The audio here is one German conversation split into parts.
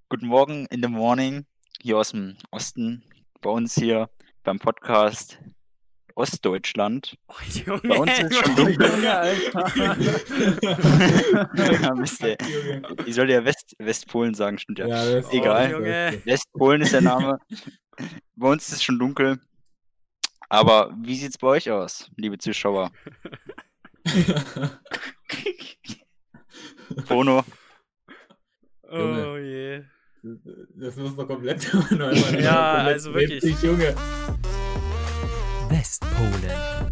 Guten Morgen in the morning, hier aus dem Osten, bei uns hier beim Podcast Ostdeutschland. Oh, Junge, Bei uns ist es schon dunkel. Junge, Alter. Ja, Mist, ey. Ich soll ja Westpolen sagen, stimmt ja. Egal. Junge. Westpolen ist der Name. Bei uns ist es schon dunkel. Aber wie sieht's bei euch aus, liebe Zuschauer? Bruno, Oh je. Das muss man komplett neu machen. Ja, Komplett also wirklich. richtig, Junge. Westpolen.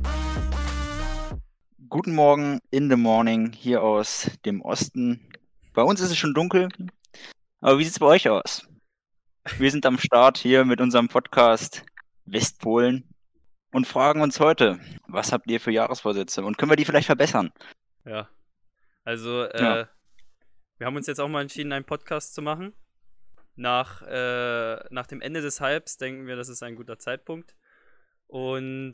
guten Morgen in the morning, hier aus dem Osten. Bei uns ist es schon dunkel. Aber wie sieht's bei euch aus? Wir sind am Start hier mit unserem Podcast Westpolen und fragen uns heute, was habt ihr für Jahresvorsätze und können wir die vielleicht verbessern? Ja. Also, Ja. wir haben uns jetzt auch mal entschieden, einen Podcast zu machen. Nach dem Ende des Hypes denken wir, das ist ein guter Zeitpunkt. Und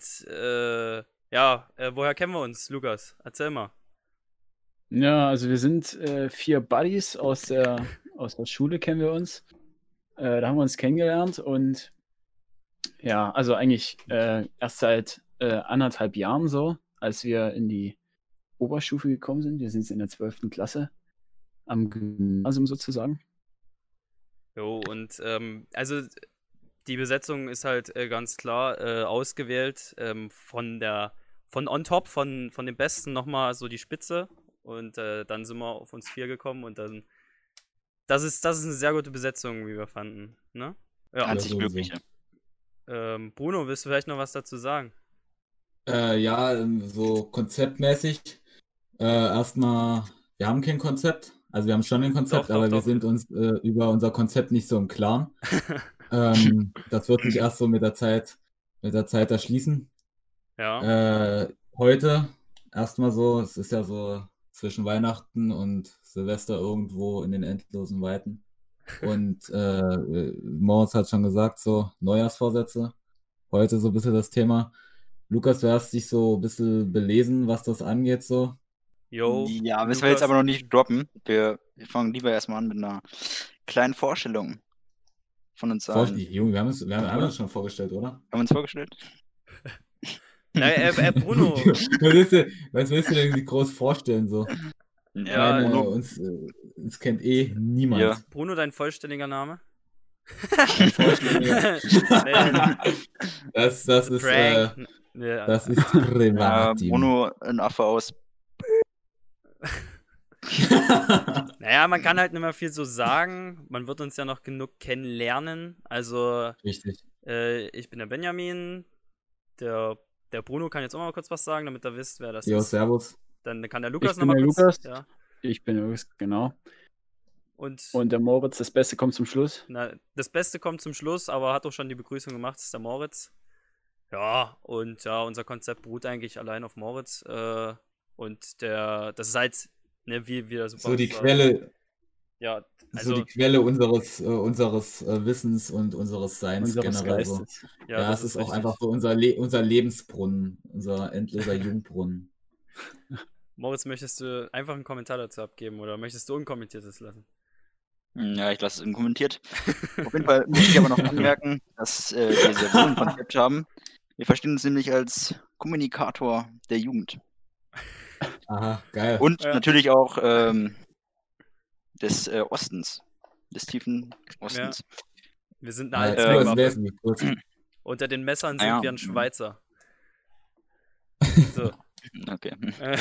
woher kennen wir uns, Lukas? Erzähl mal. Ja, also wir sind 4 Buddies aus der Schule, kennen wir uns. Da haben wir uns kennengelernt und ja, also eigentlich erst seit 1,5 Jahren so, als wir in die Oberstufe gekommen sind. Wir sind jetzt in der 12. Klasse am Gymnasium sozusagen. Jo, und also die Besetzung ist halt ganz klar ausgewählt von on top, von dem Besten nochmal so die Spitze. Und dann sind wir auf uns 4 gekommen und dann das ist eine sehr gute Besetzung, wie wir fanden. Ne? Ja. Einzig sowieso. Mögliche. Bruno, willst du vielleicht noch was dazu sagen? Ja, so konzeptmäßig. Erstmal, wir haben kein Konzept. Also wir haben schon ein Konzept, Doch, aber wir doch. sind uns über unser Konzept nicht so im Klaren. Das wird sich erst so mit der Zeit erschließen. Ja. Heute erstmal so, es ist ja so zwischen Weihnachten und Silvester irgendwo in den endlosen Weiten. Und Moritz hat schon gesagt, so Neujahrsvorsätze. Heute so ein bisschen das Thema. Lukas, du hast dich so ein bisschen belesen, was das angeht, so. Jo. Ja, müssen wir jetzt aber noch nicht droppen. Wir fangen lieber erstmal an mit einer kleinen Vorstellung von uns allen. Junge, wir haben uns schon vorgestellt, oder? Haben wir uns vorgestellt? Bruno. Was willst du denn groß vorstellen, so? Ja, Meine, Bruno. uns kennt eh niemand. Ja. Bruno, dein vollständiger Name? Das ist Prank. Ja. das ist privat. Bruno, ein Affe aus. Naja, man kann halt nicht mehr viel so sagen. Man wird uns ja noch genug kennenlernen. Also, Richtig. ich bin der Benjamin. Der Bruno kann jetzt auch mal kurz was sagen, damit ihr wisst, wer das Jo, ist. servus. Dann kann der Lukas Ich bin noch mal der kurz. Lukas. Ja. Ich bin der Lukas, genau. Und Und der Moritz, das Beste kommt zum Schluss. das Beste kommt zum Schluss, aber hat auch schon die Begrüßung gemacht, das ist der Moritz. Ja, und ja, unser Konzept beruht eigentlich allein auf Moritz. Und das ist halt, ne, wie wir das So die Quelle, Ja, so also, die Quelle unseres Wissens und unseres Seins Unseres generell so. Geistes. Ja, das es ist auch richtig. einfach so unser Lebensbrunnen, unser endloser Jungbrunnen. Moritz, möchtest du einfach einen Kommentar dazu abgeben oder möchtest du unkommentiertes lassen? Ja, ich lasse es unkommentiert. Auf jeden Fall muss ich aber noch anmerken, dass wir sehr wohl ein Konzept haben. Wir verstehen uns nämlich als Kommunikator der Jugend. Aha, geil. Und Ja. natürlich auch des Ostens. Des tiefen Ostens. Wir sind eine Wer Allzweckwaffe. ist denn kurz? Unter den Messern sind Ah ja. wir ein Schweizer. So. Okay.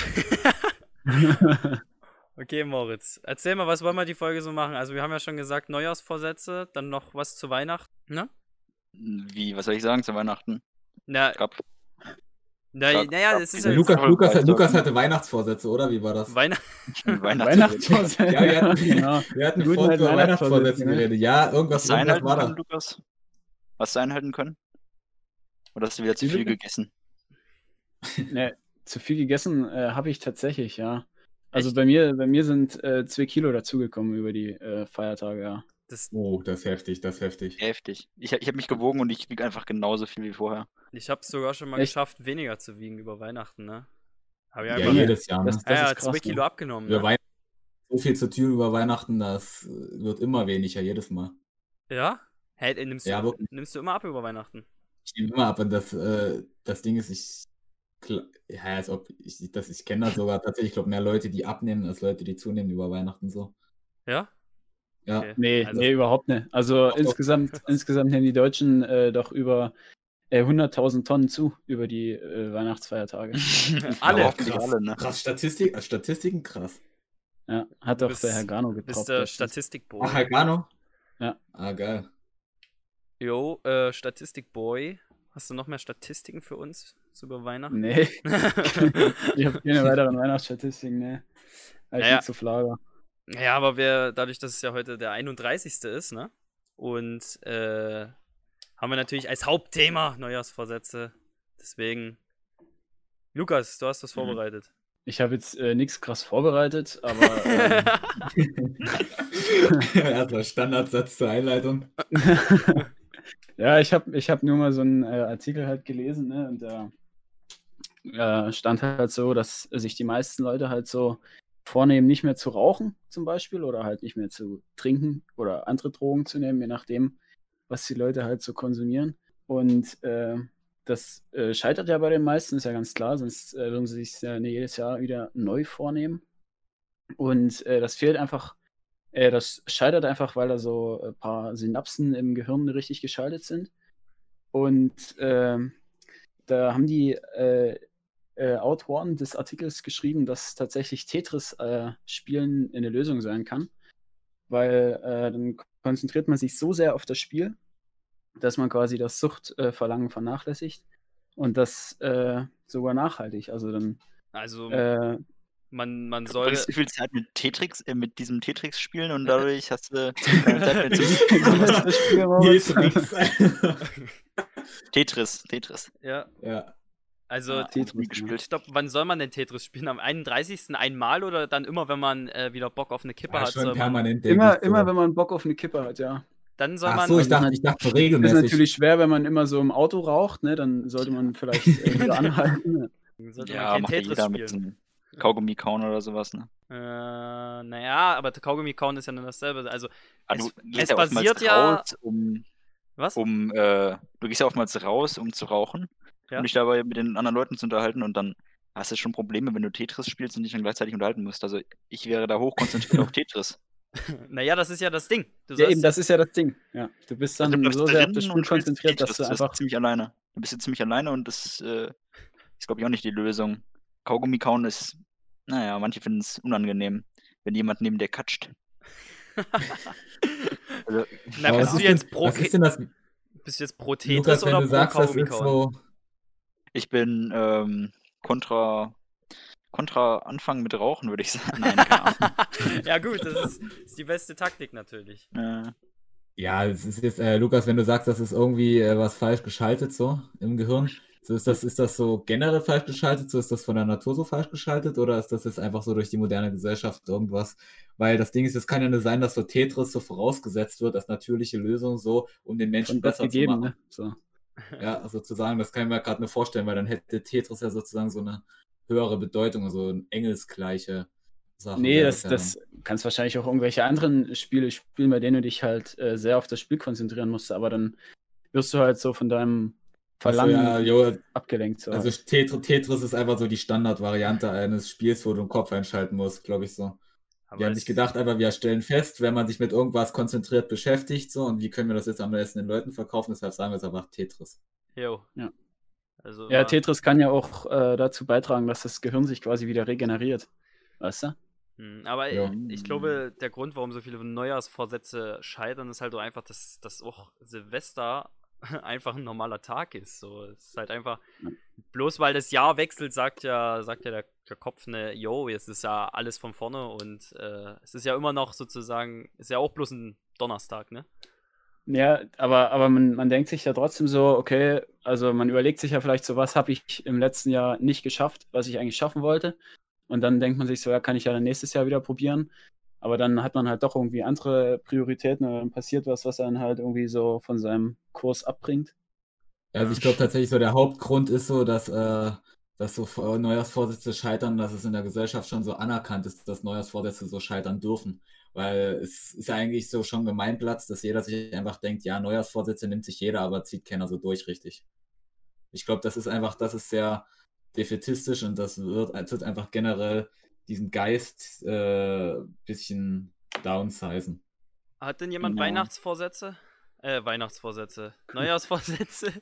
Okay, Moritz. Erzähl mal, was wollen wir die Folge so machen? Also wir haben ja schon gesagt, Neujahrsvorsätze, dann noch was zu Weihnachten, ne? Was soll ich sagen zu Weihnachten? Na, Gab naja, das ist ja Lukas hatte Weihnachtsvorsätze, oder? Wie war das? Weihnachtsvorsätze. Ja, Genau. wir hatten Guten vorhin alten über Weihnachtsvorsätze Weihnachtsvorsätze, ne? geredet. Ja, irgendwas Was einhalten war können, da. Lukas? Was einhalten können? Oder hast du wieder zu Wie viel bitte? gegessen? Ne, zu viel gegessen habe ich tatsächlich, ja. Also Echt? bei mir sind 2 Kilo dazugekommen über die Feiertage, ja. Oh, das ist heftig, Heftig. Ich hab mich gewogen und ich wiege einfach genauso viel wie vorher. Ich habe es sogar schon mal Echt? geschafft, weniger zu wiegen über Weihnachten, ne? Habe ich Ja, einfach jedes Jahr, ne? Das ist krass, 2 Kilo ne? abgenommen. Über Ne? Weihnachten so viel zu tun über Weihnachten, das wird immer weniger, jedes Mal. Ja? Hey, nimmst Ja, du wirklich. immer ab über Weihnachten? Ich nehme immer ab und das Ding ist, ja, als ob ich kenne das sogar tatsächlich, ich glaube, mehr Leute, die abnehmen, als Leute, die zunehmen über Weihnachten so. Ja? Ja. Okay. Nee, Also- nee, überhaupt nicht. Also Doch. insgesamt nehmen die Deutschen doch über 100.000 Tonnen zu über die Weihnachtsfeiertage. Alle. Hoffentlich alle, ne? Krass, Statistiken krass. Ja, hat Du doch bist- der Herr Gano Bist getroppt. der letztens. Statistikboy. Ach, Herr Gano? Ja. Ah, geil. Jo, Statistikboy. Hast du noch mehr Statistiken für uns so über Weihnachten? Nee, ich habe keine weiteren Weihnachtsstatistiken, ne. Ich Naja. bin zu Flager. Ja, aber dadurch, dass es ja heute der 31. ist, ne? Und haben wir natürlich als Hauptthema Neujahrsvorsätze. Deswegen, Lukas, du hast was vorbereitet. Ich habe jetzt nichts krass vorbereitet, aber Erstmal Standardsatz zur Einleitung. ja, ich hab nur mal so einen Artikel halt gelesen, ne? Und da stand halt so, dass sich die meisten Leute halt so vornehmen, nicht mehr zu rauchen zum Beispiel oder halt nicht mehr zu trinken oder andere Drogen zu nehmen, je nachdem, was die Leute halt so konsumieren. Und das scheitert ja bei den meisten, ist ja ganz klar, sonst würden sie sich ja jedes Jahr wieder neu vornehmen. Und das fehlt einfach, das scheitert einfach, weil da so ein paar Synapsen im Gehirn richtig geschaltet sind. Und da haben die Autoren des Artikels geschrieben, dass tatsächlich Tetris-Spielen eine Lösung sein kann, weil dann konzentriert man sich so sehr auf das Spiel, dass man quasi das Suchtverlangen vernachlässigt und das sogar nachhaltig. Also dann Also, äh, man Du soll. verbringst so viel Zeit mit diesem Tetris spielen und dadurch hast du keine Zeit mehr zu das Spiel raus. Tetris. Ja, Ja. also, Ja, Tetris, nie ja. gespielt. stopp, wann soll man denn Tetris spielen? Am 31. einmal oder dann immer, wenn man wieder Bock auf eine Kippe Ja, hat? schon Soll man, permanent. denke Immer, ich so. wenn man Bock auf eine Kippe hat, ja. dann soll Ach man. so, ich dachte so Ist regelmäßig. natürlich schwer, wenn man immer so im Auto raucht, ne? Dann sollte man vielleicht wieder anhalten. sollte Ja, man kein macht ja Tetris jeder mit spielen. so einem Kaugummi kauen oder sowas, ne? Naja, aber Kaugummi kauen ist ja nur dasselbe. Also, Aber du es gehst ja oftmals basiert ja. raus, um Was? du gehst ja oftmals raus, um zu rauchen, Ja. um dich dabei mit den anderen Leuten zu unterhalten und dann hast du schon Probleme, wenn du Tetris spielst und dich dann gleichzeitig unterhalten musst. Also ich wäre da hochkonzentriert auf Tetris. Naja, das ist ja das Ding. Du Ja, sollst eben, das ist ja das Ding. Ja, du bist Also dann du bleibst so sehr auf drin das Spiel und spielst konzentriert, dass Tetris. du Das einfach. ist ziemlich alleine. Du bist jetzt ziemlich alleine und das ist, glaube ich, auch nicht die Lösung. Kaugummi kauen ist, naja, manche finden es unangenehm, wenn jemand neben dir katscht. Also, Na, Aber bist du jetzt pro was ist denn das, Tetris Lukas, wenn oder du pro sagst, das Kaugummi ist kauen? so. ich bin kontra Anfang mit Rauchen, würde ich sagen. Nein, keine Ahnung. Ja, gut, das ist die beste Taktik natürlich. Ja, es ist jetzt, Lukas, wenn du sagst, das ist irgendwie was falsch geschaltet so im Gehirn, so ist das so generell falsch geschaltet, so ist das von der Natur so falsch geschaltet oder ist das jetzt einfach so durch die moderne Gesellschaft irgendwas? Weil das Ding ist, es kann ja nur sein, dass so Tetris so vorausgesetzt wird als natürliche Lösung, so um den Menschen Von Gott besser gegeben, zu machen. ne? So. Ja, sozusagen, das kann ich mir gerade nur vorstellen, weil dann hätte Tetris ja sozusagen so eine höhere Bedeutung, also eine engelsgleiche Sache. Nee, wäre das, ja das kannst wahrscheinlich auch irgendwelche anderen Spiele spielen, bei denen du dich halt sehr auf das Spiel konzentrieren musst, aber dann wirst du halt so von deinem Verlangen ja, jo, abgelenkt. So. also Tetris ist einfach so die Standardvariante eines Spiels, wo du den Kopf einschalten musst, glaube ich so. Wir haben sich gedacht, aber wir stellen fest, wenn man sich mit irgendwas konzentriert beschäftigt, so, und wie können wir das jetzt am besten den Leuten verkaufen, deshalb sagen wir es einfach Tetris. Jo. Ja. Also Ja, Tetris kann ja auch dazu beitragen, dass das Gehirn sich quasi wieder regeneriert. Weißt du? Aber Ja. ich glaube, der Grund, warum so viele Neujahrsvorsätze scheitern, ist halt so einfach, dass auch Silvester einfach ein normaler Tag ist. So, es ist halt einfach, bloß weil das Jahr wechselt, sagt ja der Kopf, ne, yo, jetzt ist ja alles von vorne und es ist ja immer noch sozusagen, ist ja auch bloß ein Donnerstag, ne? Ja, aber man denkt sich ja trotzdem so, okay, also man überlegt sich ja vielleicht so, was habe ich im letzten Jahr nicht geschafft, was ich eigentlich schaffen wollte. Und dann denkt man sich so, ja, kann ich ja dann nächstes Jahr wieder probieren. Aber dann hat man halt doch irgendwie andere Prioritäten oder dann passiert was einen halt irgendwie so von seinem Kurs abbringt. Also ich glaube tatsächlich so, der Hauptgrund ist so, dass dass so Neujahrsvorsätze scheitern, dass es in der Gesellschaft schon so anerkannt ist, dass Neujahrsvorsätze so scheitern dürfen. Weil es ist ja eigentlich so schon Gemeinplatz, dass jeder sich einfach denkt, ja, Neujahrsvorsätze nimmt sich jeder, aber zieht keiner so durch richtig. Ich glaube, das ist sehr defätistisch und tut einfach generell diesen Geist bisschen downsizen. Hat denn jemand Ja. Weihnachtsvorsätze? Neujahrsvorsätze?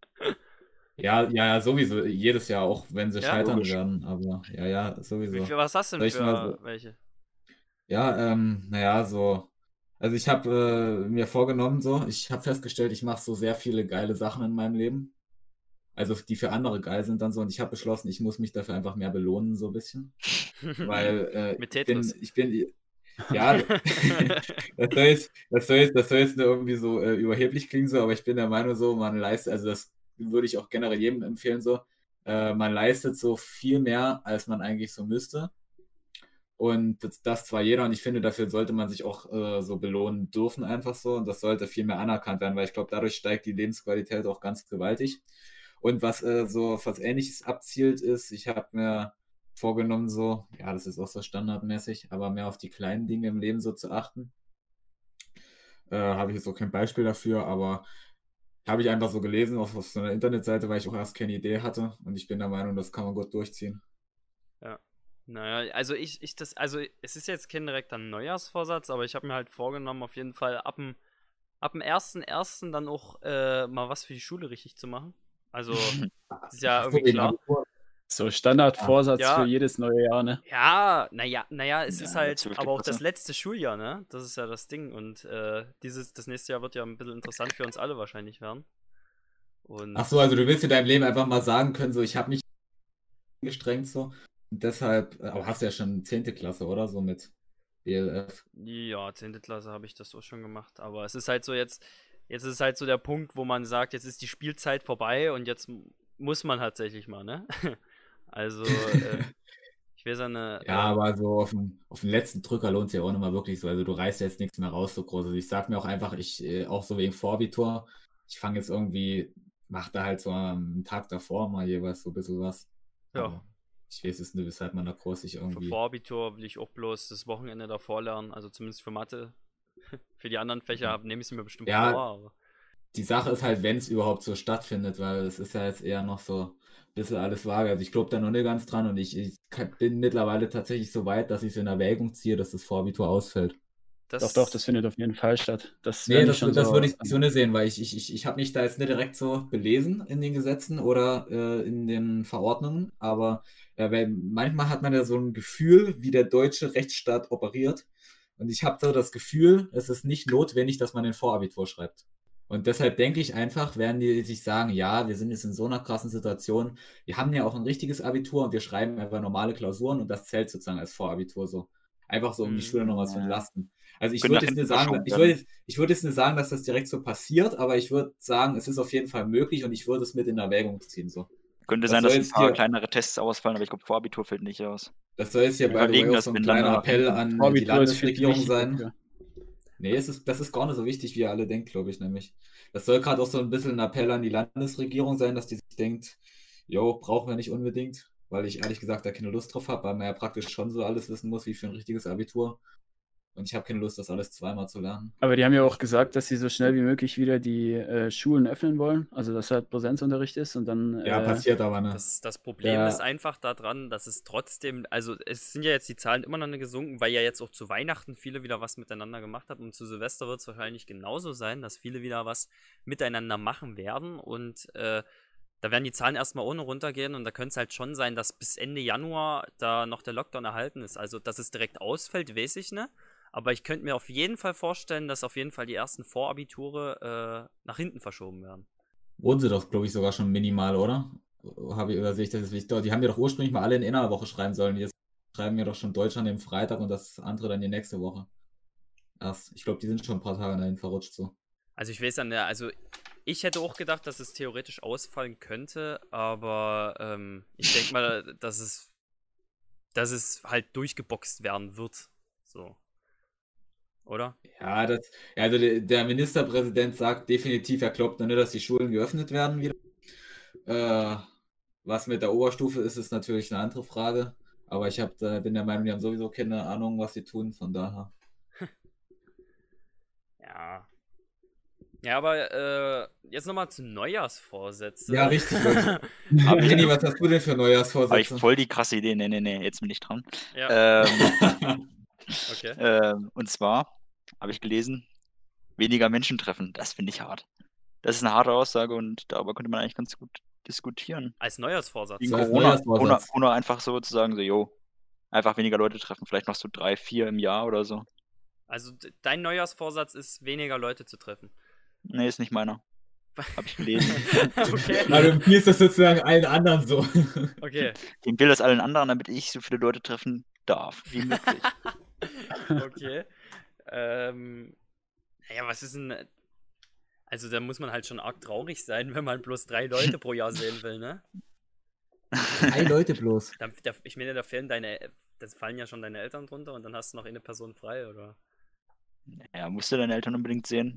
Ja, sowieso, jedes Jahr, auch wenn sie Ja? scheitern Logisch. werden, aber ja, sowieso. Was hast du Soll denn ich mal für welche? Ja, naja, so. Also ich habe mir vorgenommen, so, ich habe festgestellt, ich mache so sehr viele geile Sachen in meinem Leben. Also die für andere geil sind dann so. Und ich habe beschlossen, ich muss mich dafür einfach mehr belohnen, so ein bisschen. Weil Mit Tetris. ja, das soll jetzt nur irgendwie so überheblich klingen, so, aber ich bin der Meinung so, man leistet, also das würde ich auch generell jedem empfehlen, so, man leistet so viel mehr, als man eigentlich so müsste. Und das zwar jeder, und ich finde, dafür sollte man sich auch so belohnen dürfen, einfach so. Und das sollte viel mehr anerkannt werden, weil ich glaube, dadurch steigt die Lebensqualität auch ganz gewaltig. Und was so was Ähnliches abzielt, ist, ich habe mir vorgenommen, so, ja, das ist auch so standardmäßig, aber mehr auf die kleinen Dinge im Leben so zu achten. Habe ich jetzt auch kein Beispiel dafür, aber habe ich einfach so gelesen auf so einer Internetseite, weil ich auch erst keine Idee hatte. Und ich bin der Meinung, das kann man gut durchziehen. Ja. Naja, also also es ist jetzt kein direkter Neujahrsvorsatz, aber ich habe mir halt vorgenommen, auf jeden Fall ab dem 1.1. dann auch mal was für die Schule richtig zu machen. Also, das ist ja Ach so, irgendwie wegen klar. Abitur. So Standardvorsatz Ja. für jedes neue Jahr, ne? Ja, naja, es Ja, ist halt 12. aber auch das Klasse. letzte Schuljahr, ne? Das ist ja das Ding. Und das nächste Jahr wird ja ein bisschen interessant für uns alle wahrscheinlich werden. Und Ach so, also du willst in deinem Leben einfach mal sagen können, so, ich habe mich gestrengt so. Und deshalb, aber hast du ja schon 10. Klasse, oder? So mit BLF. ja, 10. Klasse habe ich das auch schon gemacht. Aber es ist halt so jetzt ist es halt so der Punkt, wo man sagt, jetzt ist die Spielzeit vorbei und jetzt muss man tatsächlich mal, ne? Also, ich weiß ja eine. Ja, aber so auf den letzten Drücker lohnt es ja auch nicht mal wirklich so. Also du reißt ja jetzt nichts mehr raus, so groß. Also ich sag mir auch einfach, auch so wegen Vorabitur, ich fange jetzt irgendwie, mach da halt so am Tag davor mal jeweils so ein bisschen was. Ja. Aber ich weiß es nicht, weshalb man da groß sich Für irgendwie. Vorabitur will ich auch bloß das Wochenende davor lernen, also zumindest für Mathe. Für die anderen Fächer nehme ich es mir bestimmt Ja. vor, aber. Die Sache ist halt, wenn es überhaupt so stattfindet, weil es ist ja jetzt eher noch so ein bisschen alles vage. Also ich glaube da noch nicht ganz dran und ich bin mittlerweile tatsächlich so weit, dass ich es in Erwägung ziehe, dass das Vorabitur ausfällt. Doch, das findet auf jeden Fall statt. Das Nee, wäre das nicht schon würde ich so. so nicht sehen, weil ich habe mich da jetzt nicht direkt so belesen in den Gesetzen oder in den Verordnungen, aber weil manchmal hat man ja so ein Gefühl, wie der deutsche Rechtsstaat operiert. Und ich habe so das Gefühl, es ist nicht notwendig, dass man den Vorabitur schreibt. Und deshalb denke ich einfach, werden die sich sagen, ja, wir sind jetzt in so einer krassen Situation, wir haben ja auch ein richtiges Abitur und wir schreiben einfach normale Klausuren und das zählt sozusagen als Vorabitur so. Einfach so, um die Schüler nochmal zu entlasten. Also ich Können würde nach jetzt hinten nicht sagen, verschoben ich werden. würde jetzt nicht sagen, dass das direkt so passiert, aber ich würde sagen, es ist auf jeden Fall möglich und ich würde es mit in Erwägung ziehen. So. Könnte Das sein, soll dass ein jetzt paar hier- kleinere Tests ausfallen, aber ich glaube, Vorabitur fällt nicht aus. Das soll jetzt hier Wir by the überlegen way auch das, so ein wenn dann kleiner nach Appell hinten. an die Vorbitur ist viel Landesregierung wichtiger sein. dafür. Nee, das ist gar nicht so wichtig, wie ihr alle denkt, glaube ich nämlich. Das soll gerade auch so ein bisschen ein Appell an die Landesregierung sein, dass die sich denkt, jo, brauchen wir nicht unbedingt, weil ich ehrlich gesagt da keine Lust drauf habe, weil man ja praktisch schon so alles wissen muss wie für ein richtiges Abitur. Und ich habe keine Lust, das alles zweimal zu lernen. Aber die haben ja auch gesagt, dass sie so schnell wie möglich wieder die Schulen öffnen wollen. Also, dass halt Präsenzunterricht ist und dann. Ja, passiert aber, ne? Das Problem Ja. ist einfach daran, dass es trotzdem, also es sind ja jetzt die Zahlen immer noch nicht gesunken, weil ja jetzt auch zu Weihnachten viele wieder was miteinander gemacht haben und zu Silvester wird es wahrscheinlich genauso sein, dass viele wieder was miteinander machen werden und da werden die Zahlen erstmal ohne runtergehen und da könnte es halt schon sein, dass bis Ende Januar da noch der Lockdown erhalten ist. Also, dass es direkt ausfällt, weiß ich nicht. Aber ich könnte mir auf jeden Fall vorstellen, dass auf jeden Fall die ersten Vorabiture nach hinten verschoben werden. Wurden sie doch, glaube ich, sogar schon minimal, oder? Oder sehe ich das jetzt nicht? Die haben ja doch ursprünglich mal alle in einer Woche schreiben sollen. Jetzt schreiben wir doch schon Deutschland den Freitag und das andere dann die nächste Woche. Erst. Ich glaube, die sind schon ein paar Tage dahin verrutscht so. Also ich weiß ja, also ich hätte auch gedacht, dass es theoretisch ausfallen könnte, aber ich denke mal, dass es halt durchgeboxt werden wird. So. Oder? Ja, also der Ministerpräsident sagt definitiv, er glaubt noch nicht, dass die Schulen geöffnet werden wieder. Was mit der Oberstufe ist, ist natürlich eine andere Frage. Aber bin der Meinung, die haben sowieso keine Ahnung, was sie tun, von daher. Ja. Ja, aber jetzt nochmal zu Neujahrsvorsätze. Ja, richtig. Hab ich, Jenny, was hast du denn für hab ich Neujahrsvorsätze? voll die krasse Idee. Nee, jetzt bin ich dran. Ja, Ähm, okay. und zwar habe ich gelesen, weniger Menschen treffen. Das finde ich hart. Das ist eine harte Aussage und darüber könnte man eigentlich ganz gut diskutieren. Als Neujahrsvorsatz. Wegen So als Corona Neujahrsvorsatz. einfach so zu sagen, so, jo, einfach weniger Leute treffen. Vielleicht machst du 3, 4 im Jahr oder so. Also dein Neujahrsvorsatz ist, weniger Leute zu treffen. Nee, ist nicht meiner. Habe ich gelesen. Okay. Na, du empfiehlst das sozusagen allen anderen so. Okay. Ich empfehle das allen anderen, damit ich so viele Leute treffen darf, wie möglich. Okay. Naja, was ist denn. Also, da muss man halt schon arg traurig sein, wenn man bloß 3 Leute pro Jahr sehen will, ne? 3 Leute bloß. Ich meine, das fallen ja schon deine Eltern drunter und dann hast du noch eine Person frei, oder? Ja, musst du deine Eltern unbedingt sehen.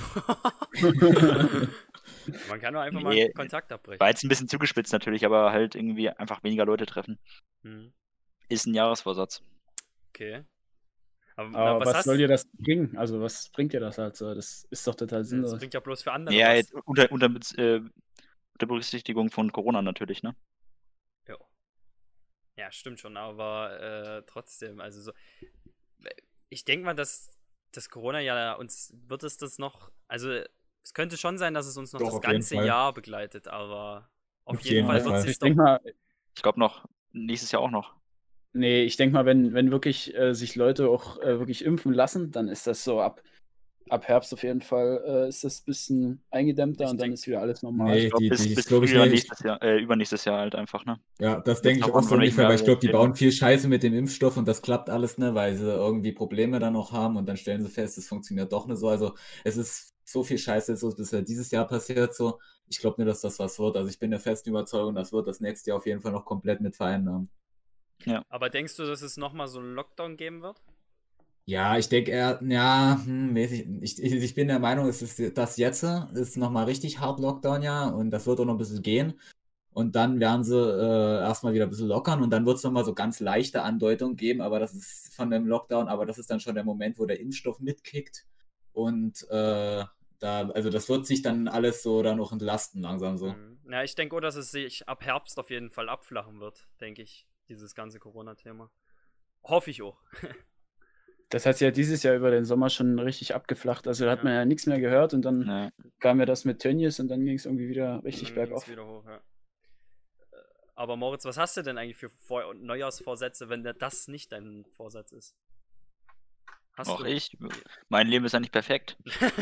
Man kann doch einfach Nee, mal Kontakt abbrechen. War jetzt ein bisschen zugespitzt natürlich, aber halt irgendwie einfach weniger Leute treffen. Hm, Ist ein Jahresvorsatz. okay. Aber Aber was hast soll dir das bringen? Also, was bringt dir das halt so? Das ist doch total Das sinnlos. bringt ja bloß für andere Ja, was. jetzt unter Berücksichtigung von Corona natürlich, ne? Jo. Ja, stimmt schon, aber trotzdem, also so. Ich denke mal, dass das Corona ja uns wird es das noch. Also, es könnte schon sein, dass es uns noch Doch, das auf jeden ganze Fall. Jahr begleitet, aber auf Auf jeden jeden Fall Fall. wird es sich Ich denke mal, Ich glaube noch nächstes Jahr auch noch. nee, ich denke mal, wenn wirklich sich Leute auch wirklich impfen lassen, dann ist das so ab Herbst auf jeden Fall ist das ein bisschen eingedämmter Ich und dann denk- ist wieder alles normal. Nee, Ich glaube, bis glaub ich Frühjahr nicht. nächstes Jahr, übernächstes Jahr halt einfach, ne? Ja, das Jetzt denke ich noch auch so von ungefähr, weil ich glaube, die welchen bauen viel Scheiße mit dem Impfstoff und das klappt alles, ne, weil sie irgendwie Probleme dann noch haben und dann stellen sie fest, es funktioniert doch nicht so. Also es ist so viel Scheiße jetzt so bisher dieses Jahr passiert so. Ich glaube nicht, dass das was wird. Also ich bin der festen Überzeugung, das wird das nächste Jahr auf jeden Fall noch komplett mit vereinnahmen. Aber denkst du, dass es nochmal so einen Lockdown geben wird? Ja, ich denke eher, ja, ich bin der Meinung, das jetzt ist nochmal richtig hart Lockdown, ja, und das wird auch noch ein bisschen gehen. Und dann werden sie erstmal wieder ein bisschen lockern und dann wird es nochmal so ganz leichte Andeutungen geben, aber das ist von dem Lockdown, aber das ist dann schon der Moment, wo der Impfstoff mitkickt. Und also das wird sich dann alles so dann noch entlasten, langsam so. Ja, ich denke auch, dass es sich ab Herbst auf jeden Fall abflachen wird, denke ich, dieses ganze Corona-Thema. Hoffe ich auch. Das hat sich ja dieses Jahr über den Sommer schon richtig abgeflacht. Also da hat man ja nichts mehr gehört und dann Ne. kam ja das mit Tönnies und dann ging es irgendwie wieder richtig Dann ging's bergauf. wieder hoch, ja. Aber Moritz, was hast du denn eigentlich für Neujahrsvorsätze, wenn das nicht dein Vorsatz ist? Hast Auch du? ich. Mein Leben ist ja nicht perfekt.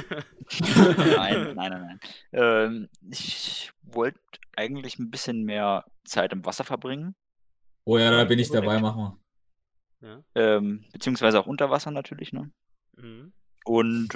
Nein. Ich wollte eigentlich ein bisschen mehr Zeit im Wasser verbringen, Oh ja, da bin ich dabei, machen wir. Ja. beziehungsweise auch unter Wasser natürlich, ne? Mhm. Und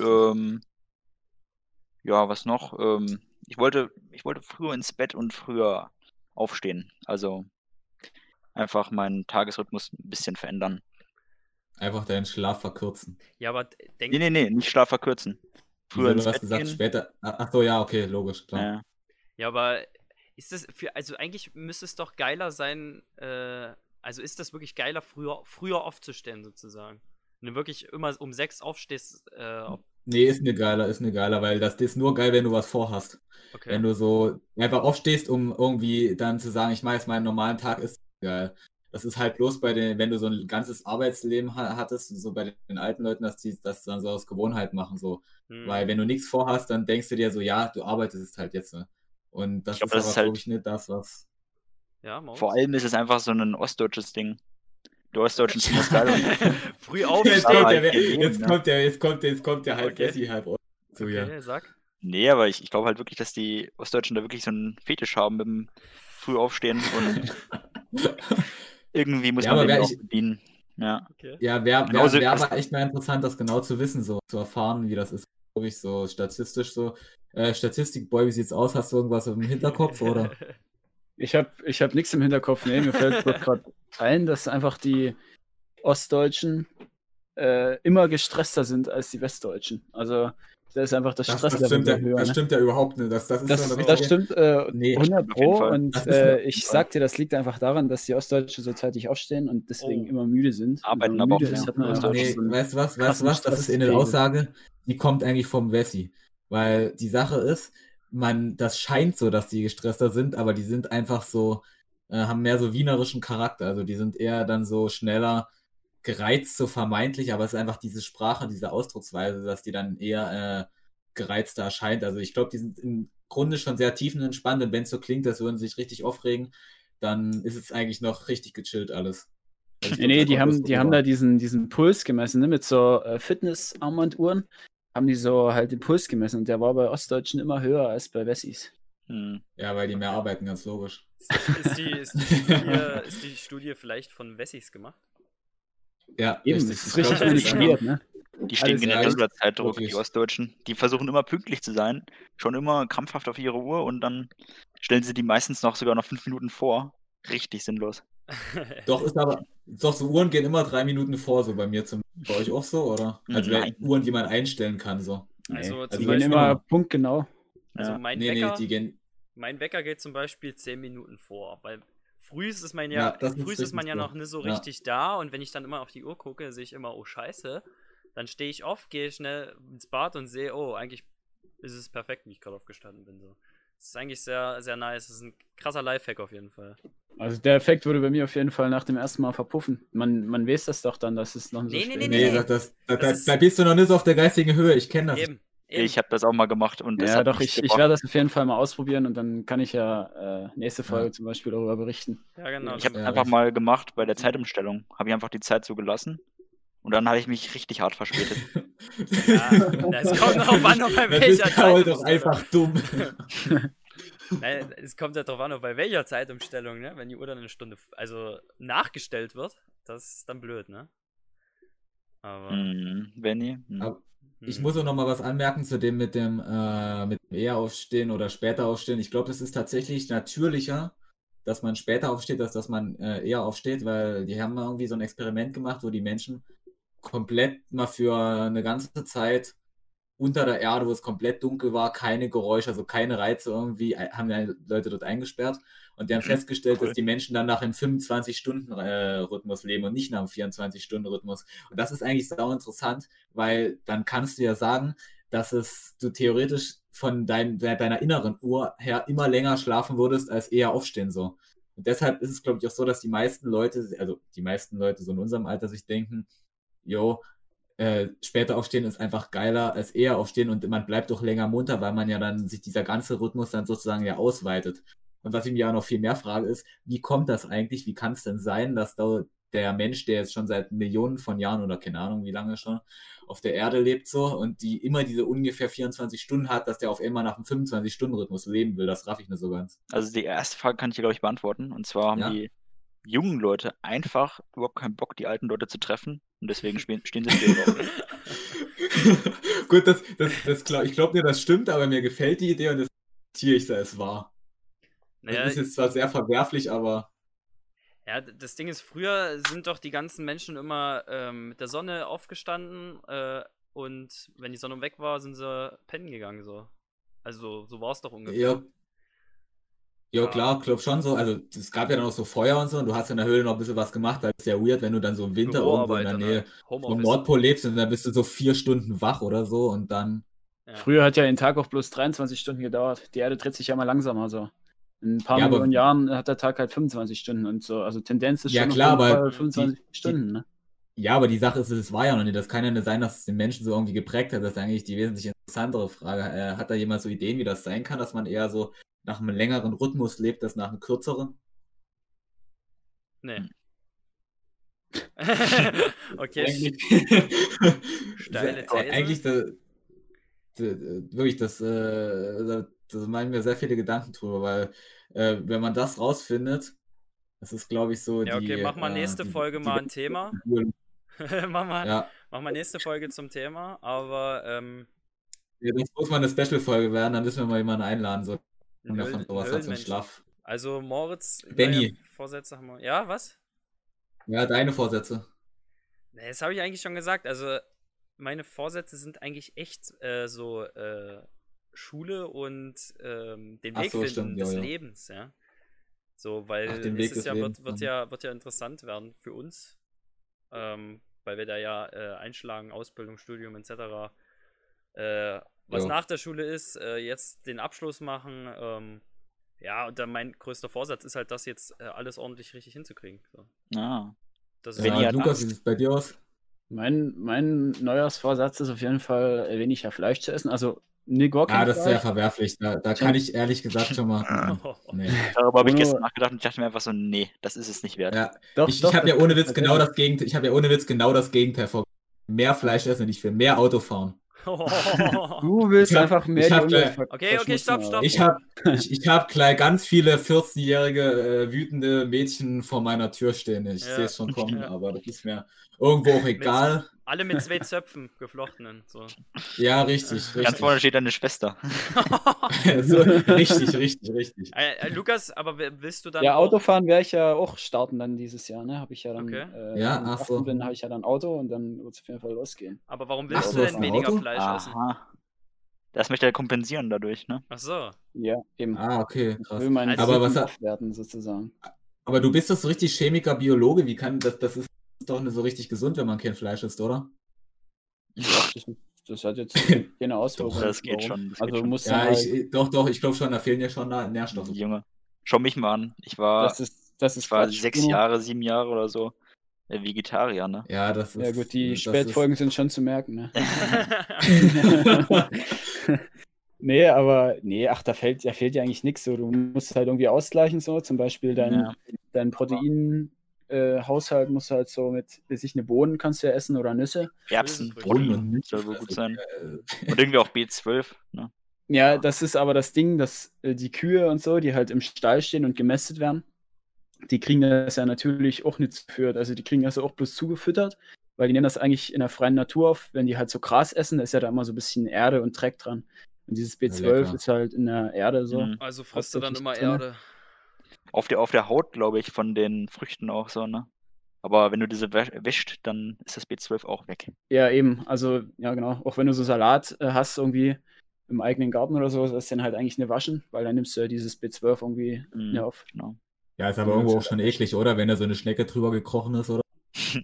ja, was noch? Ich wollte früher ins Bett und früher aufstehen. Also einfach meinen Tagesrhythmus ein bisschen verändern. Einfach deinen Schlaf verkürzen. Ja, aber Nee, nicht Schlaf verkürzen. Früher Wieso, ins du hast Bett gesagt, gehen. später. Ach so, ja, okay, logisch, klar. Ja. Ja, aber ist das also eigentlich müsste es doch geiler sein, also ist das wirklich geiler, früher aufzustehen sozusagen? Wenn du wirklich immer um 6 aufstehst, Nee, ist ne geiler, weil das ist nur geil, wenn du was vorhast. okay. Wenn du so einfach aufstehst, um irgendwie dann zu sagen, ich mache jetzt meinen normalen Tag, ist geil. Das ist halt bloß wenn du so ein ganzes Arbeitsleben hattest, so bei den alten Leuten, dass die das dann so aus Gewohnheit machen, so. Weil wenn du nichts vorhast, dann denkst du dir so, ja, du arbeitest es halt jetzt, ne? Und das Ich glaub, ist das aber, ist halt- glaube ich, nicht das, was. Ja, Moritz? Vor allem ist es einfach so ein ostdeutsches Ding. Die Ostdeutschen finden das geil. Früh Jetzt aufstehen. Aber kommt halt der, ihr Leben, jetzt ne? kommt der halb Okay. Wessi, halb Ost zu, ja. Okay, sag. Nee, aber ich glaube halt wirklich, dass die Ostdeutschen da wirklich so einen Fetisch haben mit dem Frühaufstehen und irgendwie muss Ja, man aber dem wer auch ich- bedienen. Ja. Okay. Ja, wäre Genauso- aber echt mal interessant, das genau zu wissen, so zu erfahren, wie das ist, glaube ich, so statistisch so. Statistik-Boy, wie sieht's aus? Hast du irgendwas im Hinterkopf, oder? Ich hab nichts im Hinterkopf. Nee, mir fällt gerade ein, dass einfach die Ostdeutschen immer gestresster sind als die Westdeutschen. Also da ist einfach das Stresslevel sehr höher. Das Ne? stimmt ja überhaupt nicht. Das ist so eine Das stimmt Nee, 100 auf jeden Pro Fall. und Das ist ich sag dir, das liegt einfach daran, dass die Ostdeutschen so zeitig aufstehen und deswegen Oh. immer müde sind. Und Arbeiten wenn man aber auch müde mehr. ist, hat man Ja, einfach Nee, so einen weißt du was? krassen Das ist eine Stresspegel. Aussage, die kommt eigentlich vom Wessi. Weil die Sache ist, das scheint so, dass die gestresster sind, aber die sind einfach so, haben mehr so wienerischen Charakter. Also die sind eher dann so schneller gereizt, so vermeintlich, aber es ist einfach diese Sprache, diese Ausdrucksweise, dass die dann eher gereizter erscheint. Also ich glaube, die sind im Grunde schon sehr tiefenentspannt und wenn es so klingt, als würden sie sich richtig aufregen, dann ist es eigentlich noch richtig gechillt alles. Also ich glaub, Nee, das die kommt bloß haben rüber. da diesen Puls gemessen, ne? Mit so Fitness-Armbanduhren haben die so halt den Puls gemessen und der war bei Ostdeutschen immer höher als bei Wessis. Ja, weil die mehr arbeiten, ganz logisch. Ist die Studie vielleicht von Wessis gemacht? Ja, Eben, richtig. es ist Ich richtig glaub, das ist manipuliert, ne? Die stehen Alles generell klar. unter Zeitdruck, die Wirklich. Ostdeutschen. Die versuchen immer pünktlich zu sein, schon immer krampfhaft auf ihre Uhr und dann stellen sie die meistens sogar noch 5 Minuten vor. Richtig sinnlos. Doch, so Uhren gehen immer 3 Minuten vor, so bei mir bei euch auch so, oder? Also Nein. Uhren, die man einstellen kann, so. Also Die zum gehen Beispiel, immer punktgenau. also Ja. mein Nee, Wecker, die gehen. mein Wecker geht zum Beispiel 10 Minuten vor, weil früh ist man Ja, ja, das ist früh ist man ja richtig noch nicht so so. Ja. richtig da und wenn ich dann immer auf die Uhr gucke, sehe ich immer, oh scheiße, dann stehe ich auf, gehe schnell ins Bad und sehe, oh, eigentlich ist es perfekt, wie ich gerade aufgestanden bin. So. Das ist eigentlich sehr, sehr nice. Das ist ein krasser Lifehack auf jeden Fall. Also der Effekt würde bei mir auf jeden Fall nach dem ersten Mal verpuffen. Man weiß das doch dann, dass es noch nicht so Nee, spät nee, ist. Nee, Das ist- da bist du noch nicht so auf der geistigen Höhe, ich kenne das. Eben. Ich habe das auch mal gemacht und das Ja, hat doch, nichts ich gebracht. werde das auf jeden Fall mal ausprobieren und dann kann ich ja nächste Folge zum Beispiel darüber berichten. Ja, genau. Ich habe Ja, einfach richtig. mal gemacht bei der Zeitumstellung. Habe ich einfach die Zeit so gelassen und dann habe ich mich richtig hart verspätet. Ja, es kommt darauf an, bei Das welcher ist Karol doch Zeitumstellung. einfach dumm. Nein, es kommt ja darauf an, bei welcher Zeitumstellung, ne? Wenn die Uhr dann eine Stunde nachgestellt wird, das ist dann blöd, ne? Aber. Benni? Aber ich muss auch noch mal was anmerken zu dem mit dem eher aufstehen oder später aufstehen. Ich glaube, es ist tatsächlich natürlicher, dass man später aufsteht, als dass man eher aufsteht, weil die haben mal irgendwie so ein Experiment gemacht, wo die Menschen komplett mal für eine ganze Zeit unter der Erde, wo es komplett dunkel war, keine Geräusche, also keine Reize irgendwie, haben die Leute dort eingesperrt und die haben festgestellt, cool. dass die Menschen dann nach einem 25-Stunden-Rhythmus leben und nicht nach einem 24-Stunden-Rhythmus. Und das ist eigentlich sau interessant, weil dann kannst du ja sagen, dass du theoretisch von deiner inneren Uhr her immer länger schlafen würdest, als eher aufstehen so. Und deshalb ist es, glaube ich, auch so, dass die meisten Leute so in unserem Alter sich denken, jo, später aufstehen ist einfach geiler als eher aufstehen und man bleibt doch länger munter, weil man ja dann sich dieser ganze Rhythmus dann sozusagen ja ausweitet. Und was ich mir auch noch viel mehr frage ist, wie kommt das eigentlich, wie kann es denn sein, dass da der Mensch, der jetzt schon seit Millionen von Jahren oder keine Ahnung wie lange schon auf der Erde lebt so und die immer diese ungefähr 24 Stunden hat, dass der auf einmal nach einem 25-Stunden-Rhythmus leben will, das raff ich nicht so ganz. Also die erste Frage kann ich dir, glaube ich, beantworten. Und zwar haben Ja? die jungen Leute einfach überhaupt keinen Bock, die alten Leute zu treffen. Und deswegen stehen sie später auf. Gut, ich glaube dir, das stimmt, aber mir gefällt die Idee und das ziehe ich es wahr. Naja, Das ist jetzt zwar sehr verwerflich, aber ja, das Ding ist, früher sind doch die ganzen Menschen immer mit der Sonne aufgestanden und wenn die Sonne weg war, sind sie pennen gegangen so. Also so war es doch ungefähr. ja klar, glaub schon so. Also es gab ja dann auch so Feuer und so und du hast in der Höhle noch ein bisschen was gemacht, weil es ist ja weird, wenn du dann so im Winter irgendwo in der Nähe vom Homeoffice. Nordpol lebst und dann bist du so 4 Stunden wach oder so und dann. Ja. Früher hat ja ein Tag auch bloß 23 Stunden gedauert. Die Erde dreht sich ja mal langsamer so. In ein paar Ja, aber- Millionen Jahren hat der Tag halt 25 Stunden und so. Also Tendenz ist Ja, schon klar, auf jeden aber Fall 25 Stunden, ne? Ja, aber die Sache ist, es war ja noch nicht. Das kann ja nicht sein, dass es den Menschen so irgendwie geprägt hat. Das ist eigentlich die wesentlich interessantere Frage. Hat da jemand so Ideen, wie das sein kann, dass man eher so nach einem längeren Rhythmus lebt, als nach einem kürzeren? Nee. Okay, steile These. Eigentlich wirklich, da machen wir sehr viele Gedanken drüber, weil wenn man das rausfindet, das ist, glaube ich, so Ja, okay, die. mach mal nächste Folge mal ein Thema. mach Ja, mal nächste Folge zum Thema, aber ja, das muss mal eine Special-Folge werden, dann müssen wir mal jemanden einladen, so ein der von Höhlen- sowas hat, so ein Höhlenmenschen. Schlaf. Also Moritz, Benni. neue Vorsätze haben wir. Ja, was? Ja, deine Vorsätze. Das habe ich eigentlich schon gesagt. Also, meine Vorsätze sind eigentlich echt Schule und den Ach Weg so, finden stimmt, ja, des ja. Lebens, ja. So, weil Ach, den es Weg ist des ja, Lebens, wird ja interessant werden für uns. Weil wir da ja einschlagen, Ausbildung, Studium etc. Was Ja. nach der Schule ist, jetzt den Abschluss machen. Ja, und dann mein größter Vorsatz ist halt, das jetzt alles ordentlich richtig hinzukriegen. So. Ah. Das ist Wenn Ja, ihr Lukas, Angst- wie sieht es bei dir aus? Mein Neujahrsvorsatz ist auf jeden Fall, weniger Fleisch zu essen. Also, nee, gar kein Das ist sehr Fleisch. verwerflich. Da kann ich ehrlich gesagt schon mal. Nee. Darüber habe ich Bruno- gestern nachgedacht und ich dachte mir einfach so, nee, das ist es nicht wert. Ja, Doch, ich doch, habe ja das ohne ist Witz genau tatsächlich. das Gegenteil. Ich habe ja ohne Witz genau das Gegenteil vor. Mehr Fleisch essen und ich will mehr Auto fahren. Du willst Ich hab- einfach mehr ich hab die Umwelt gleich- Okay, verschmutzen, stopp. aber- Ich hab gleich ganz viele 14-jährige wütende Mädchen vor meiner Tür stehen. Ich Ja. sehe es schon kommen, Ja. aber das ist mir irgendwo auch egal. Alle mit 2 Zöpfen geflochtenen. So. Ja, richtig, Ganz richtig. vorne steht deine Schwester. So, richtig. Lukas, aber willst du dann Ja, auch- Autofahren werde ich ja auch starten dann dieses Jahr, ne? Habe ich ja dann, Okay. Ja, wenn ich ach so. 18 bin, habe ich ja dann Auto und dann wird es auf jeden Fall losgehen. Aber warum Ach, willst du du hast denn ein weniger Auto? Fleisch essen? Aha. Das möchte er kompensieren dadurch, ne? Ach so. Ja, eben. Okay, Ich krass. will meinen Also- Aber was Rücken hat- aufwerten, sozusagen. Aber du bist doch so richtig Chemiker, Biologe. Wie kann das ist doch nicht so richtig gesund, wenn man kein Fleisch isst, oder? Das hat jetzt keine Auswirkungen. Das geht Warum? schon. Das geht Also schon. muss Ja, halt, doch, ich glaube schon, da fehlen ja schon Nährstoffe. Junge, schau mich mal an. Ich war das ist ich war Quatsch, 6 Bruno. Jahre, 7 Jahre oder so Vegetarier, ne? Ja, das ist. Ja gut, die das Spätfolgen sind schon zu merken, ne? Nee, aber da fehlt ja eigentlich nichts. So. Du musst halt irgendwie ausgleichen, so zum Beispiel Ja. dein Proteinhaushalt musst du halt so mit, sich eine Bohnen kannst du ja essen oder Nüsse. Erbsen, Bohnen Bohnen und Nüsse. soll wohl gut sein. Ist, Und irgendwie auch B12, ne? Ja, das ist aber das Ding, dass die Kühe und so, die halt im Stall stehen und gemästet werden, die kriegen das ja natürlich auch nicht zugeführt. Also die kriegen das auch bloß zugefüttert, weil die nehmen das eigentlich in der freien Natur auf. Wenn die halt so Gras essen, da ist ja da immer so ein bisschen Erde und Dreck dran. Und dieses B12 lecker. ist halt in der Erde so. Mhm. Also frisst du dann immer Hauptsächlich Erde. Auf der Haut, glaube ich, von den Früchten auch so, ne? Aber wenn du diese wäscht, dann ist das B12 auch weg. Ja, eben. Also, ja, genau. Auch wenn du so Salat hast, irgendwie im eigenen Garten oder so, das ist dann halt eigentlich eine Waschen, weil dann nimmst du ja dieses B12 irgendwie Mhm. nicht auf. Genau. ja, ist aber irgendwo auch schon eklig, oder? Wenn da so eine Schnecke drüber gekrochen ist, oder?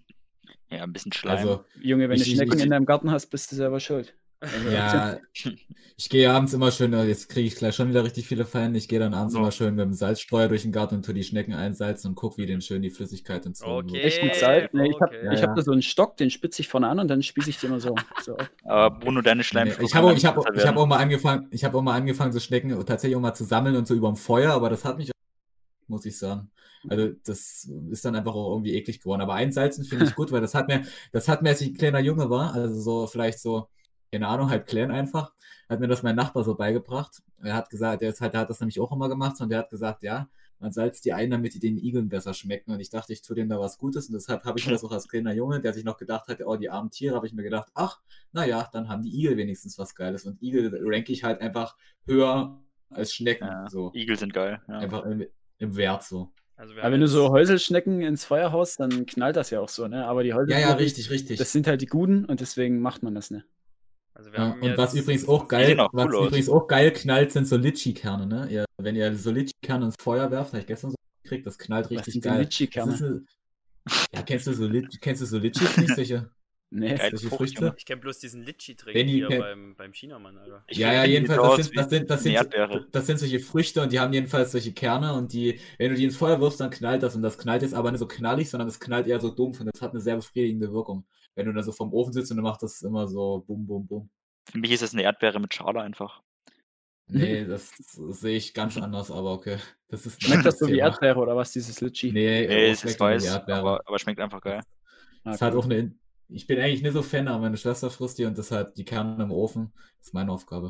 Ja, ein bisschen Schleim. Also, Junge, wenn du Ich- Schnecken ich- in deinem Garten hast, bist du selber schuld. Also, ja, ich gehe abends immer schön, jetzt kriege ich gleich schon wieder richtig viele Feinde. Ich gehe dann abends So. immer schön mit dem Salzstreuer durch den Garten und tue die Schnecken einsalzen und guck, wie denen schön die Flüssigkeit entzogen Okay. wird. Echt mit Salz? Nee, ich Okay. hab da so einen Stock, den spitze ich vorne an und dann spieße ich den immer so auf. Aber Bruno, deine Nee, Schleimspur ich kann habe dann ich hab, besser ich hab werden. auch mal angefangen, so Schnecken tatsächlich auch mal zu sammeln und so überm Feuer, aber das hat mich, muss ich sagen. Also das ist dann einfach auch irgendwie eklig geworden. Aber einsalzen finde ich gut, weil das hat mir, als ich ein kleiner Junge war, also so vielleicht so, keine Ahnung, halb klein einfach, hat mir das mein Nachbar so beigebracht. Er hat gesagt, der hat das nämlich auch immer gemacht und der hat gesagt, ja, man salzt die ein, damit die den Igeln besser schmecken. Und ich dachte, ich tue denen da was Gutes und deshalb habe ich mir das auch als kleiner Junge, der sich noch gedacht hat, oh, die armen Tiere, habe ich mir gedacht, ach, naja, dann haben die Igel wenigstens was Geiles. Und Igel ranke ich halt einfach höher als Schnecken. Ja, So. Igel sind geil. Ja. Einfach im Wert so. Also wir Aber haben wenn du jetzt- so Häuselschnecken ins Feuer haust, dann knallt das ja auch so, ne? Aber die Ja, Häuselschnecken, richtig. das sind halt die Guten und deswegen macht man das nicht. Also wir Ja, haben und was jetzt- übrigens auch Die geil, sehen auch cool aus. knallt, sind so Litchi-Kerne, ne? Wenn ihr so Litchi-Kerne ins Feuer werft, habe ich gestern so gekriegt, das knallt Was richtig sind denn geil. Litchi-Kerne? Das ist eine- Ja, kennst du so Litchis nicht, solche? Nee. Geil. Solche Frucht, Früchte? Junge. Ich kenne bloß diesen Litchi-Trink Wenn die hier kennt- beim Chinamann, Alter. Ich Ja, finde, ja, die jedenfalls, sieht das aus sind, wie das, sind, das, eine sind, Erdbeere. das sind solche Früchte und die haben jedenfalls solche Kerne und die, wenn du die ins Feuer wirfst, dann knallt das und das knallt jetzt aber nicht so knallig, sondern das knallt eher so dumpf und das hat eine sehr befriedigende Wirkung. Wenn du da so vom Ofen sitzt und dann macht das immer so bum, bum, bum. Für mich ist das eine Erdbeere mit Schale einfach. Nee, das sehe ich ganz anders, aber okay. Das ist ein Schmeckt das anderes so wie Thema. Erdbeere oder was, dieses Litchi? Nee, Nee, es es ist schmeckt nicht wie weiß, Erdbeere. aber schmeckt einfach geil. Es hat auch eine. Ich bin eigentlich nicht so Fan, aber meine Schwester frisst die und deshalb die Kerne im Ofen. Das ist meine Aufgabe.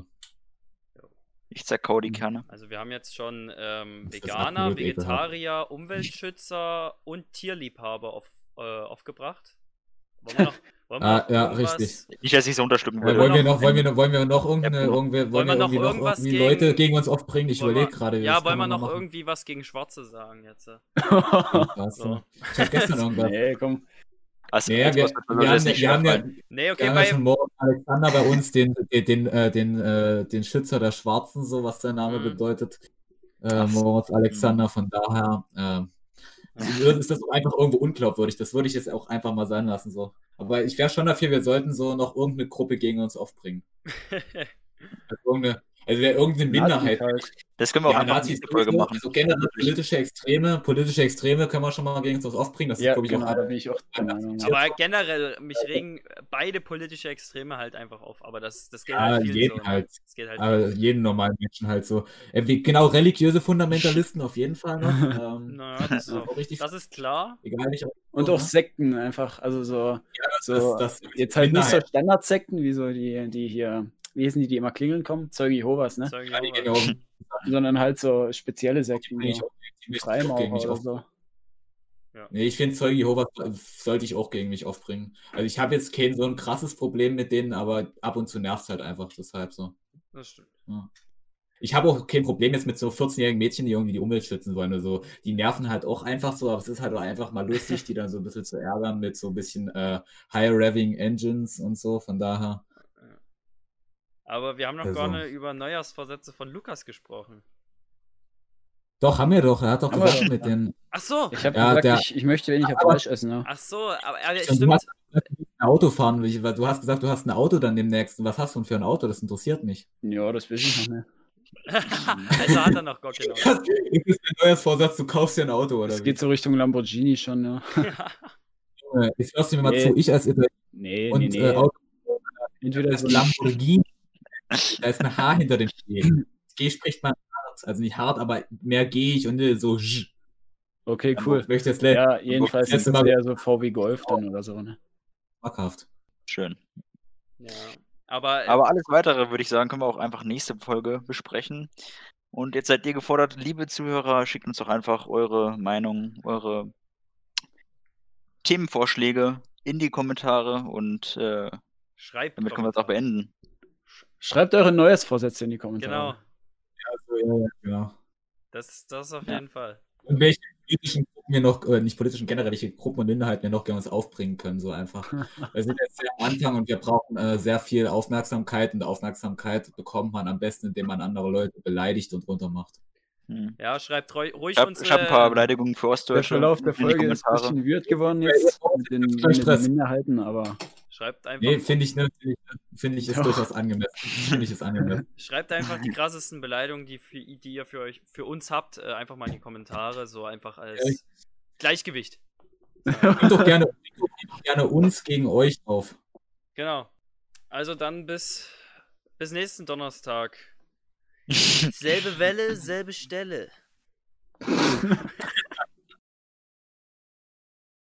Ich zerkau die Kerne. Also wir haben jetzt schon Das ist Veganer, absolut ekelhaft. Vegetarier, Umweltschützer und Tierliebhaber aufgebracht. Wollen wir noch, wollen wir noch Ja, irgendwas- richtig. Nicht, dass ich so unterstücken Wollen würde. wir noch- Wollen wir noch irgendeine, Ja, wollen wir wir noch irgendwie irgendwas irgendwie gegen- Leute gegen uns aufbringen? Ich Wollen wir- überlege gerade. Ja, was wollen kann wir man noch machen? irgendwie was gegen Schwarze sagen jetzt? Was? So. Ich hab gestern irgendwas. Nee, komm. Hast du Nee, jetzt wir, was, was wir, das haben, nicht wir, haben ja, schwerfallen? Nee, wir okay, haben ja schon Moritz Alexander bei uns, den Schützer der Schwarzen, so was der Name bedeutet. Ach so. Moritz Alexander, von daher ist das auch einfach irgendwo unglaubwürdig. Das würde ich jetzt auch einfach mal sein lassen. So. Aber ich wäre schon dafür, wir sollten so noch irgendeine Gruppe gegen uns aufbringen. Also wäre irgendeine Minderheit. Halt. Das können wir auch Ja, einfach in Nazis nächste Folge sowieso. machen. Also generell politische Extreme können wir schon mal gegen uns aufbringen. Das ist, Ja, glaube ich, genau, auch da bin ich auch der Meinung. Ja. Aber generell, mich regen beide politische Extreme halt einfach auf. Aber das geht Ja, halt vielen jeden so. Ne? halt. Das geht halt Aber vielen. jeden normalen Menschen halt so. Genau, religiöse Fundamentalisten auf jeden Fall noch. Naja, das ist, auch richtig. das ist klar. Egal, nicht Und auch Sekten einfach, also so, das jetzt halt nicht so Minderheit. Standardsekten, wie so die hier, wie hießen die immer klingeln kommen? Zeuge Jehovas, ne? Zeuge Ja, die Jehovas. gehen Sondern halt so spezielle Sekten, Die so möchte ich auch Freimaurer gegen mich oder auf. so. Nee, ich finde Zeuge Jehovas sollte ich auch gegen mich aufbringen. Also ich habe jetzt kein so ein krasses Problem mit denen, aber ab und zu nervt es halt einfach, deshalb so. Das stimmt. Ja. Ich habe auch kein Problem jetzt mit so 14-jährigen Mädchen, die irgendwie die Umwelt schützen wollen oder so. Die nerven halt auch einfach so, aber es ist halt auch einfach mal lustig, die dann so ein bisschen zu ärgern mit so ein bisschen High-Revving Engines und so, von daher. Aber wir haben noch Also. gar nicht über Neujahrsvorsätze von Lukas gesprochen. Doch, haben wir doch. Er hat doch Haben wir gesagt doch, mit ja. den. Ach so. Ich habe Ja, gesagt, ich möchte weniger Fleisch essen. Ne? Ach so, aber ja, Du stimmt. hast ein Auto fahren, weil du hast gesagt, du hast ein Auto dann demnächst. Und was hast du denn für ein Auto? Das interessiert mich. Ja, das weiß ich noch nicht. Also hat er noch gar genau. Das ist ein neues Vorsatz, du kaufst dir ein Auto, oder Das geht so Richtung Lamborghini schon, ja. wie? Jetzt hörst du mir mal Nee. zu, ich als Italiener Nee, und nee. Auto, Entweder das so ist Lamborghini, da ist ein H hinter dem G. G spricht man hart, also nicht hart, aber mehr gehe ich und so sch. Okay, cool. Ich möchte jetzt Ja, jedenfalls das ist das eher so VW Golf dann oder so, ne? schmackhaft. Schön. Ja. Aber Aber alles Weitere, würde ich sagen, können wir auch einfach nächste Folge besprechen. Und jetzt seid ihr gefordert, liebe Zuhörer, schickt uns doch einfach eure Meinung, eure Themenvorschläge in die Kommentare und schreibt damit können wir es auch beenden. Schreibt eure Neujahrsvorsätze in die Genau. Kommentare. Also, ja, genau. Das auf Ja. jeden Fall. Und welche politischen Gruppen wir noch, nicht politischen, generell, welche Gruppen und Minderheiten wir noch gerne uns aufbringen können, so einfach. Wir sind jetzt sehr am Anfang und wir brauchen sehr viel Aufmerksamkeit und Aufmerksamkeit bekommt man am besten, indem man andere Leute beleidigt und runtermacht. Ja, schreibt ruhig Ich habe unsere. ein paar Beleidigungen für Der Ostdeutsche Verlauf der in die Folge ist ein Kommentare. bisschen weird geworden jetzt mit den Minderheiten, aber Schreibt einfach, Nee, finde ich ist Doch. durchaus angemessen. Finde ich ist angemessen. schreibt einfach die krassesten Beleidigungen, die ihr für uns habt, einfach mal in die Kommentare, so einfach als Gleichgewicht. Bringt doch gerne uns gegen euch auf. Genau. Also dann bis nächsten Donnerstag. Selbe Welle, selbe Stelle.